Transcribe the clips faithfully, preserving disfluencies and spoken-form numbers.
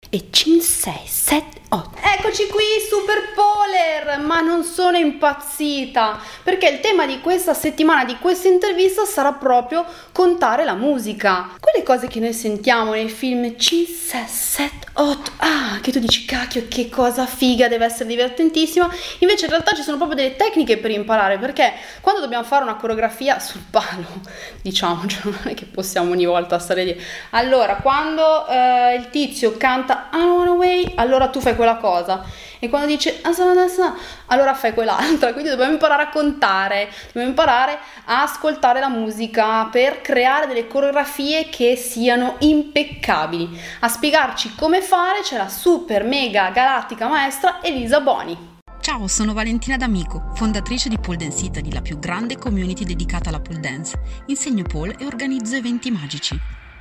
e cinque, sei, sette, otto. Eccoci qui, Super Poler, ma non sono impazzita, perché il tema di questa settimana, di questa intervista, sarà proprio contare la musica. Quelle cose che noi sentiamo nei film cinque, sei, sette, otto, ah, che tu dici, cacchio, che cosa figa, deve essere divertentissima. Invece in realtà ci sono proprio delle tecniche per imparare, perché quando dobbiamo fare una coreografia sul palo, diciamo, cioè non è che possiamo ogni volta stare lì. Allora, quando eh, il tizio canta I don't wanna wait, allora tu fai quella cosa, e quando dice allora fai quell'altra. Quindi dobbiamo imparare a contare, dobbiamo imparare a ascoltare la musica per creare delle coreografie che siano impeccabili. A spiegarci come fare c'è la super mega galattica maestra Elisa Boni. Ciao, sono Valentina D'Amico, fondatrice di Pole Dance Italy, la più grande community dedicata alla pole dance. Insegno pole e organizzo eventi magici.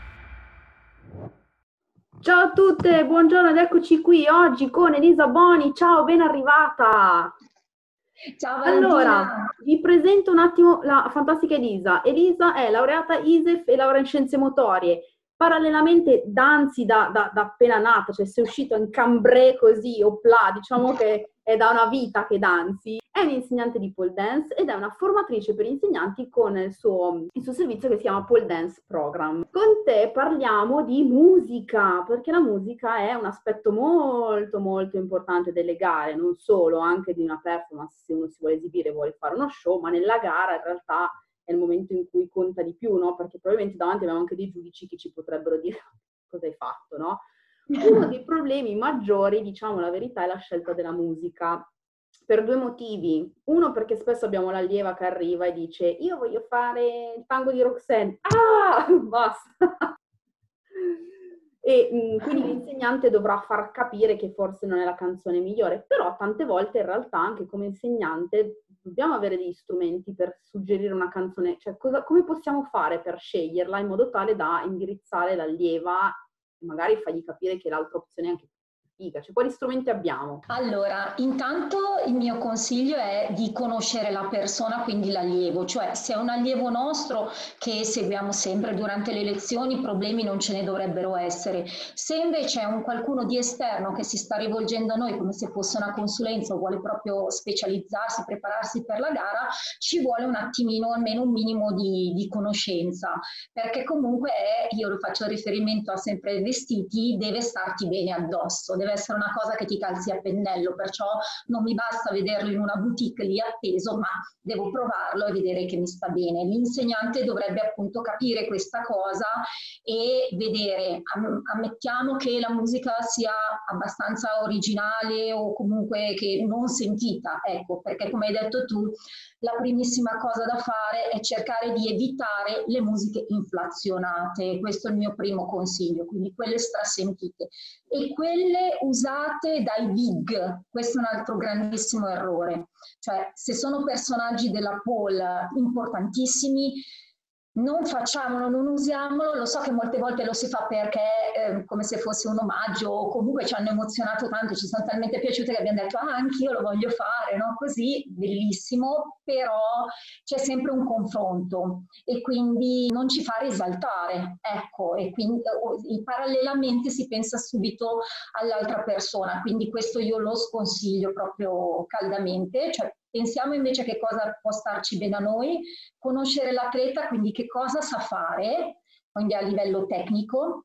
Ciao a tutte, buongiorno ed eccoci qui oggi con Elisa Boni. Ciao, ben arrivata. Ciao Valentina. Allora, vi presento un attimo la fantastica Elisa. Elisa è laureata I S E F e laurea in scienze motorie. Parallelamente danzi da, da, da appena nata, cioè sei uscito in cambré così, opla, diciamo che è da una vita che danzi. È un'insegnante di pole dance ed è una formatrice per insegnanti con il suo, il suo servizio che si chiama Pole Dance Program. Con te parliamo di musica, perché la musica è un aspetto molto molto importante delle gare, non solo, anche di una performance, se uno si vuole esibire, vuole fare uno show, ma nella gara in realtà è il momento in cui conta di più, no? Perché probabilmente davanti abbiamo anche dei giudici che ci potrebbero dire cosa hai fatto, no? Uno dei problemi maggiori, diciamo la verità, è la scelta della musica, per due motivi. Uno, perché spesso abbiamo l'allieva che arriva e dice io voglio fare il tango di Roxanne. Ah, basta! E mh, quindi l'insegnante dovrà far capire che forse non è la canzone migliore, però tante volte in realtà anche come insegnante dobbiamo avere degli strumenti per suggerire una canzone, cioè cosa, come possiamo fare per sceglierla in modo tale da indirizzare l'allieva e magari fargli capire che l'altra opzione è anche figa, cioè quali strumenti abbiamo? Allora, intanto il mio consiglio è di conoscere la persona, quindi l'allievo, cioè se è un allievo nostro che seguiamo sempre durante le lezioni, problemi non ce ne dovrebbero essere. Se invece è un qualcuno di esterno che si sta rivolgendo a noi come se fosse una consulenza o vuole proprio specializzarsi, prepararsi per la gara, ci vuole un attimino, almeno un minimo di, di conoscenza, perché comunque è, io lo faccio riferimento a sempre ai vestiti, deve starti bene addosso, deve essere una cosa che ti calzi a pennello, perciò non mi basta vederlo in una boutique lì appeso, ma devo provarlo e vedere che mi sta bene. L'insegnante dovrebbe appunto capire questa cosa e vedere, ammettiamo che la musica sia abbastanza originale o comunque che non sentita, ecco, perché come hai detto tu, la primissima cosa da fare è cercare di evitare le musiche inflazionate, questo è il mio primo consiglio, quindi quelle strasentite. E quelle usate dai big, questo è un altro grandissimo errore, cioè se sono personaggi della pole importantissimi, non facciamolo, non usiamolo, lo so che molte volte lo si fa perché eh, come se fosse un omaggio o comunque ci hanno emozionato tanto, ci sono talmente piaciute che abbiamo detto ah anch'io lo voglio fare, no? Così, bellissimo, però c'è sempre un confronto e quindi non ci fa risaltare, ecco, e quindi eh, parallelamente si pensa subito all'altra persona, quindi questo io lo sconsiglio proprio caldamente, cioè pensiamo invece che cosa può starci bene a noi, conoscere l'atleta, quindi che cosa sa fare, quindi a livello tecnico,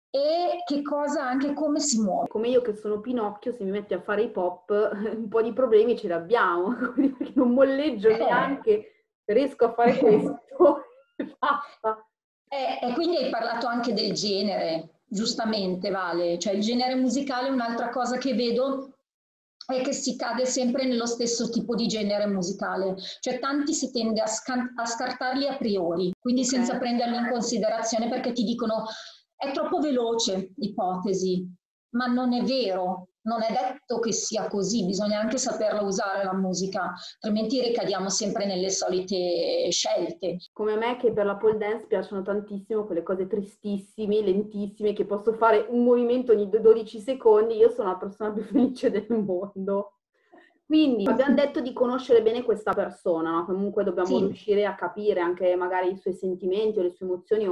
e che cosa anche come si muove. Come io che sono Pinocchio, se mi metti a fare hip hop, un po' di problemi ce li abbiamo, perché non molleggio eh. neanche, riesco a fare questo e basta. E, e quindi hai parlato anche del genere, giustamente Vale, cioè il genere musicale è un'altra cosa che vedo è che si cade sempre nello stesso tipo di genere musicale, cioè tanti si tende a, scan- a scartarli a priori, quindi okay. senza prenderli in considerazione perché ti dicono è troppo veloce, ipotesi, ma non è vero, non è detto che sia così, bisogna anche saperla usare la musica, altrimenti ricadiamo sempre nelle solite scelte. Come a me che per la pole dance piacciono tantissimo quelle cose tristissime, lentissime, che posso fare un movimento ogni dodici secondi, io sono la persona più felice del mondo. Quindi abbiamo detto di conoscere bene questa persona, no? Comunque dobbiamo sì. riuscire a capire anche magari i suoi sentimenti o le sue emozioni o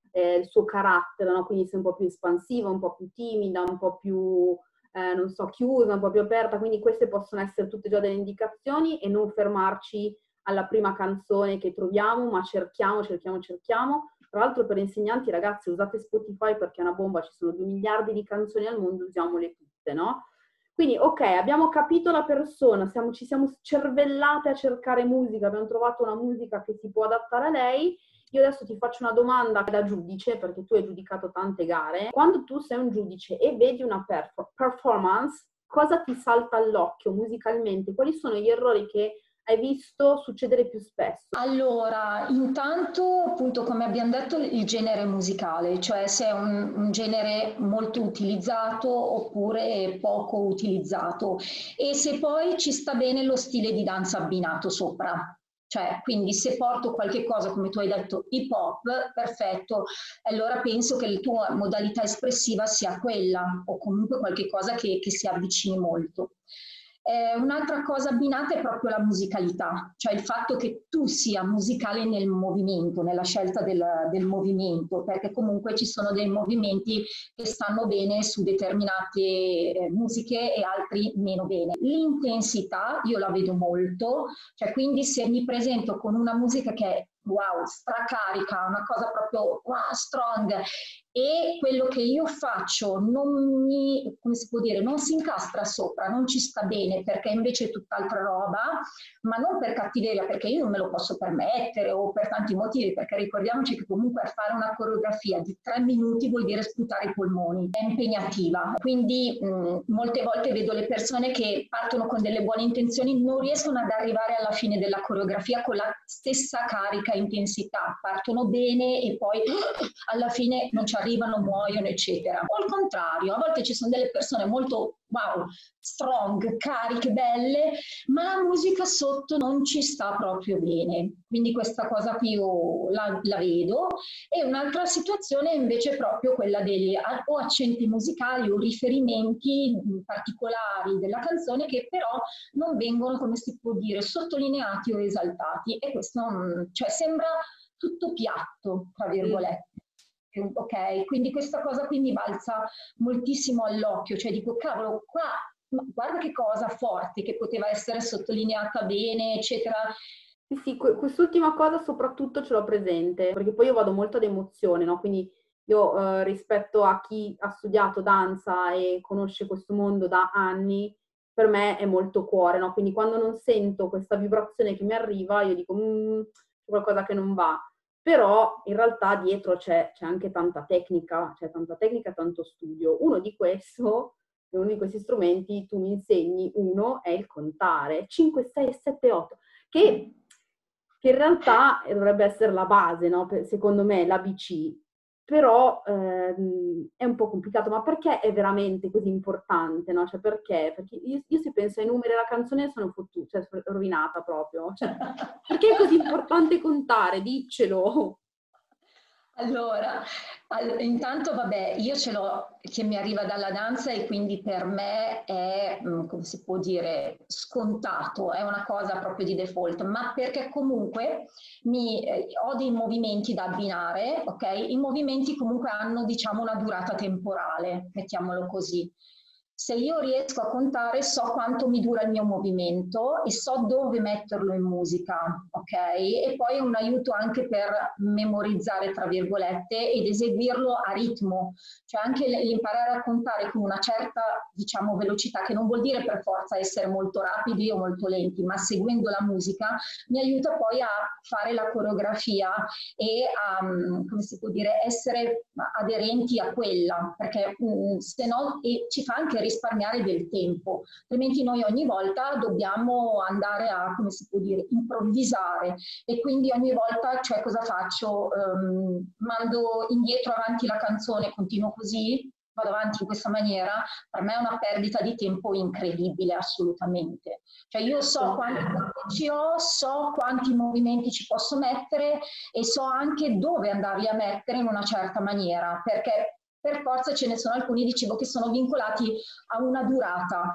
eh, il suo carattere, no? Quindi sei un po' più espansiva, un po' più timida, un po' più, eh, non so, chiusa, un po' più aperta, quindi queste possono essere tutte già delle indicazioni e non fermarci alla prima canzone che troviamo, ma cerchiamo, cerchiamo, cerchiamo. Tra l'altro per insegnanti, ragazzi, usate Spotify perché è una bomba, ci sono due miliardi di canzoni al mondo, usiamole tutte, no? Quindi, ok, abbiamo capito la persona, siamo, ci siamo cervellate a cercare musica, abbiamo trovato una musica che si può adattare a lei. Io adesso ti faccio una domanda da giudice, perché tu hai giudicato tante gare. Quando tu sei un giudice e vedi una perf- performance, cosa ti salta all'occhio musicalmente? Quali sono gli errori che hai visto succedere più spesso? Allora, intanto, appunto, come abbiamo detto, il genere musicale, cioè se è un, un genere molto utilizzato oppure poco utilizzato, e se poi ci sta bene lo stile di danza abbinato sopra. Cioè, quindi se porto qualche cosa, come tu hai detto, hip hop, perfetto, allora penso che la tua modalità espressiva sia quella, o comunque qualche cosa che, che si avvicini molto. Eh, un'altra cosa abbinata è proprio la musicalità, cioè il fatto che tu sia musicale nel movimento, nella scelta del, del movimento, perché comunque ci sono dei movimenti che stanno bene su determinate eh, musiche e altri meno bene. L'intensità io la vedo molto, cioè quindi se mi presento con una musica che è wow, stracarica, una cosa proprio wow, strong, e quello che io faccio non mi, come si può dire, non si incastra sopra, non ci sta bene perché invece è tutt'altra roba, ma non per cattiveria, perché io non me lo posso permettere o per tanti motivi, perché ricordiamoci che comunque fare una coreografia di tre minuti vuol dire sputare i polmoni, è impegnativa, quindi mh, molte volte vedo le persone che partono con delle buone intenzioni, non riescono ad arrivare alla fine della coreografia con la stessa carica e intensità, partono bene e poi alla fine non ci arrivano, muoiono, eccetera. O al contrario, a volte ci sono delle persone molto wow, strong, cariche, belle, ma la musica sotto non ci sta proprio bene. Quindi questa cosa qui io la, la vedo. E un'altra situazione è invece proprio quella degli o accenti musicali o riferimenti particolari della canzone che però non vengono, come si può dire, sottolineati o esaltati. E questo, cioè, sembra tutto piatto, tra virgolette. Mm. Ok, quindi questa cosa qui mi balza moltissimo all'occhio, cioè dico, cavolo, qua, ma guarda che cosa forte che poteva essere sottolineata bene, eccetera. Sì, sì, quest'ultima cosa soprattutto ce l'ho presente, perché poi io vado molto ad emozione, no? Quindi io eh, rispetto a chi ha studiato danza e conosce questo mondo da anni, per me è molto cuore, no? Quindi quando non sento questa vibrazione che mi arriva, io dico, mm, c'è qualcosa che non va. Però in realtà dietro c'è, c'è anche tanta tecnica, c'è tanta tecnica, tanto studio. Uno di questo, uno di questi strumenti, tu mi insegni, uno è il contare, cinque, sei, sette, otto, che, che in realtà dovrebbe essere la base, no? Secondo me, l'A B C, però ehm, è un po' complicato, ma perché è veramente così importante, no? Cioè perché? Perché io, io se penso ai numeri della canzone sono fottuta, cioè rovinata proprio. Cioè, perché è così importante contare? Diccelo! Allora, all- intanto vabbè, io ce l'ho che mi arriva dalla danza e quindi per me è, mm, come si può dire, scontato, è una cosa proprio di default, ma perché comunque mi, eh, ho dei movimenti da abbinare, ok? I movimenti comunque hanno, diciamo, una durata temporale, mettiamolo così. Se io riesco a contare, so quanto mi dura il mio movimento e so dove metterlo in musica, ok? E poi è un aiuto anche per memorizzare, tra virgolette, ed eseguirlo a ritmo, cioè anche l'imparare a contare con una certa, diciamo, velocità, che non vuol dire per forza essere molto rapidi o molto lenti, ma seguendo la musica mi aiuta poi a fare la coreografia e a, come si può dire, essere aderenti a quella, perché mh, se no e ci fa anche risparmiare del tempo, altrimenti noi ogni volta dobbiamo andare a, come si può dire, improvvisare e quindi ogni volta, cioè cosa faccio? Um, mando indietro avanti la canzone, continuo così, vado avanti in questa maniera, per me è una perdita di tempo incredibile, assolutamente. Cioè io so quanti ci ho, so quanti movimenti ci posso mettere e so anche dove andarli a mettere in una certa maniera, perché per forza ce ne sono alcuni, dicevo, che sono vincolati a una durata.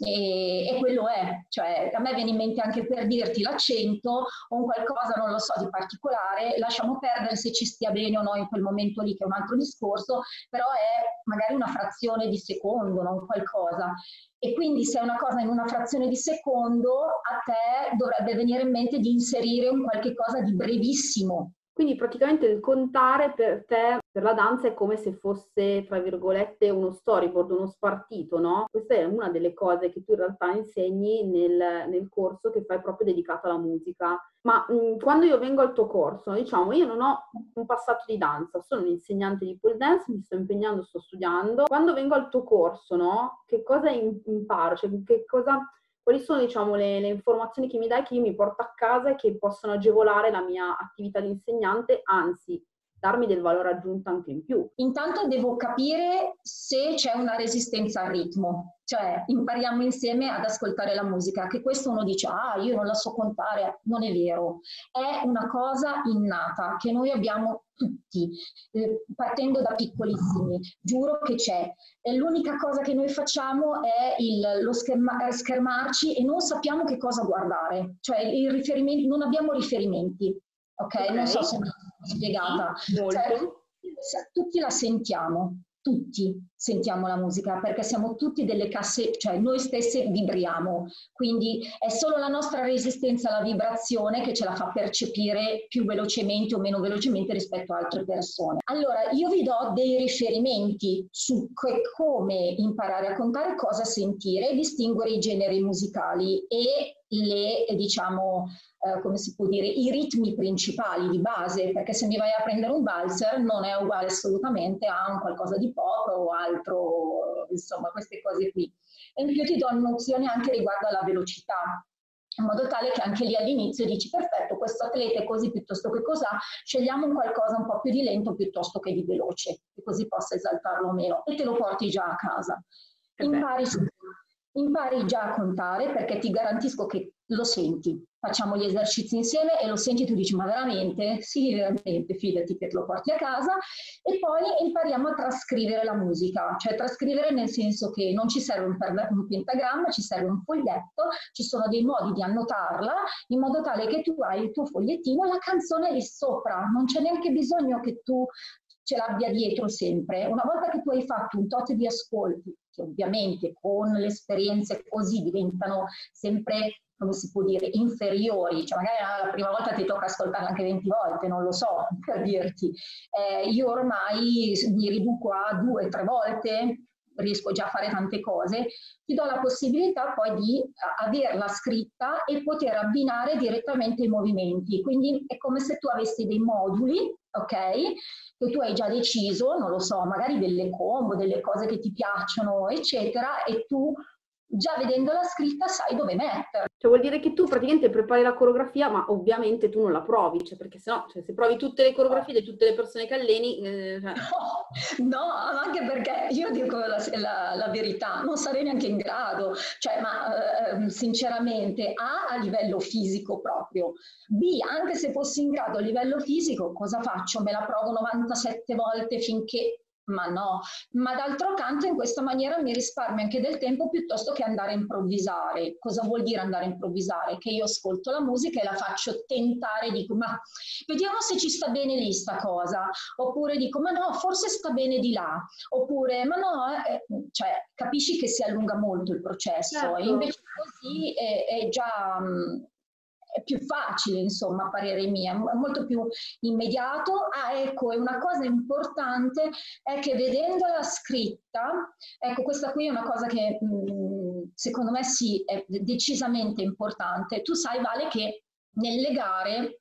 E, e quello è, cioè a me viene in mente anche per dirti l'accento o un qualcosa, non lo so, di particolare, lasciamo perdere se ci stia bene o no in quel momento lì, che è un altro discorso, però è magari una frazione di secondo, non qualcosa. E quindi se è una cosa in una frazione di secondo, a te dovrebbe venire in mente di inserire un qualche cosa di brevissimo. Quindi praticamente il contare per te, per la danza, è come se fosse, tra virgolette, uno storyboard, uno spartito, no? Questa è una delle cose che tu in realtà insegni nel, nel corso che fai proprio dedicato alla musica. Ma mh, quando io vengo al tuo corso, diciamo, io non ho un passato di danza, sono un insegnante di pole dance, mi sto impegnando, sto studiando. Quando vengo al tuo corso, no? Che cosa imparo? Cioè, che cosa... Quali sono, diciamo, le, le informazioni che mi dai che io mi porto a casa e che possono agevolare la mia attività di insegnante, anzi, darmi del valore aggiunto anche in più? Intanto devo capire se c'è una resistenza al ritmo, cioè impariamo insieme ad ascoltare la musica, che questo uno dice, ah, io non la so contare, non è vero, è una cosa innata che noi abbiamo tutti, eh, partendo da piccolissimi, giuro che c'è. E l'unica cosa che noi facciamo è il, lo scherma, schermarci e non sappiamo che cosa guardare, cioè il riferimento, non abbiamo riferimenti. Okay? ok, non so se mi sono spiegata. Cioè, tutti la sentiamo, tutti sentiamo la musica perché siamo tutti delle casse, cioè noi stesse vibriamo, quindi è solo la nostra resistenza alla vibrazione che ce la fa percepire più velocemente o meno velocemente rispetto a altre persone. Allora io vi do dei riferimenti su che, come imparare a contare, cosa sentire, distinguere i generi musicali e le, diciamo, eh, come si può dire, i ritmi principali di base, perché se mi vai a prendere un valzer non è uguale assolutamente a un qualcosa di pop o altro, insomma, queste cose qui. E in più ti do nozioni anche riguardo alla velocità, in modo tale che anche lì all'inizio dici, perfetto, questo atleta è così piuttosto che cos'ha, scegliamo un qualcosa un po' più di lento piuttosto che di veloce, che così possa esaltarlo o meno, e te lo porti già a casa. Impari su Impari già a contare perché ti garantisco che lo senti. Facciamo gli esercizi insieme e lo senti, tu dici ma veramente? Sì, veramente, fidati che te lo porti a casa. E poi impariamo a trascrivere la musica, cioè trascrivere nel senso che non ci serve un, un pentagramma, ci serve un foglietto, ci sono dei modi di annotarla in modo tale che tu hai il tuo fogliettino e la canzone lì sopra, non c'è neanche bisogno che tu ce l'abbia dietro sempre. Una volta che tu hai fatto un tot di ascolti, che ovviamente con le esperienze così diventano sempre, come si può dire, inferiori, cioè magari la prima volta ti tocca ascoltarla anche venti volte, non lo so, per dirti. Eh, io ormai mi riduco a due, tre volte, riesco già a fare tante cose, ti do la possibilità poi di averla scritta e poter abbinare direttamente i movimenti. Quindi è come se tu avessi dei moduli, ok? Che tu hai già deciso, non lo so, magari delle combo, delle cose che ti piacciono, eccetera, e tu già vedendola scritta sai dove metterla. Cioè vuol dire che tu praticamente prepari la coreografia, ma ovviamente tu non la provi, cioè perché sennò, cioè, se provi tutte le coreografie di tutte le persone che alleni... Eh, cioè... No, no, anche perché io dico la, la, la verità, non sarei neanche in grado, cioè, ma eh, sinceramente, A, a livello fisico proprio, B, anche se fossi in grado a livello fisico, cosa faccio? Me la provo novantasette volte finché... Ma no, ma d'altro canto in questa maniera mi risparmio anche del tempo piuttosto che andare a improvvisare. Cosa vuol dire andare a improvvisare? Che io ascolto la musica e la faccio tentare, dico ma vediamo se ci sta bene lì sta cosa, oppure dico ma no, forse sta bene di là, oppure ma no, eh, cioè capisci che si allunga molto il processo, certo. E invece così è, è già... Mh, è più facile, insomma, a parere mio, è molto più immediato. Ah, ecco, e una cosa importante è che vedendola scritta, ecco, questa qui è una cosa che mh, secondo me sì, è decisamente importante. Tu sai, Vale, che nelle gare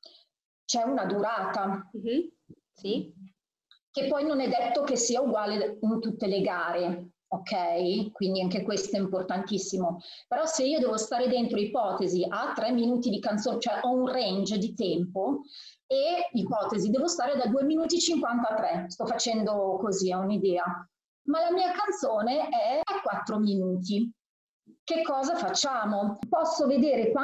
c'è una durata. Mm-hmm. Sì. Che poi non è detto che sia uguale in tutte le gare. Ok, quindi anche questo è importantissimo. Però se io devo stare dentro ipotesi a tre minuti di canzone, cioè ho un range di tempo e ipotesi, devo stare da due minuti e cinquantatré, sto facendo così, ho un'idea, ma la mia canzone è a quattro minuti. Che cosa facciamo? Posso vedere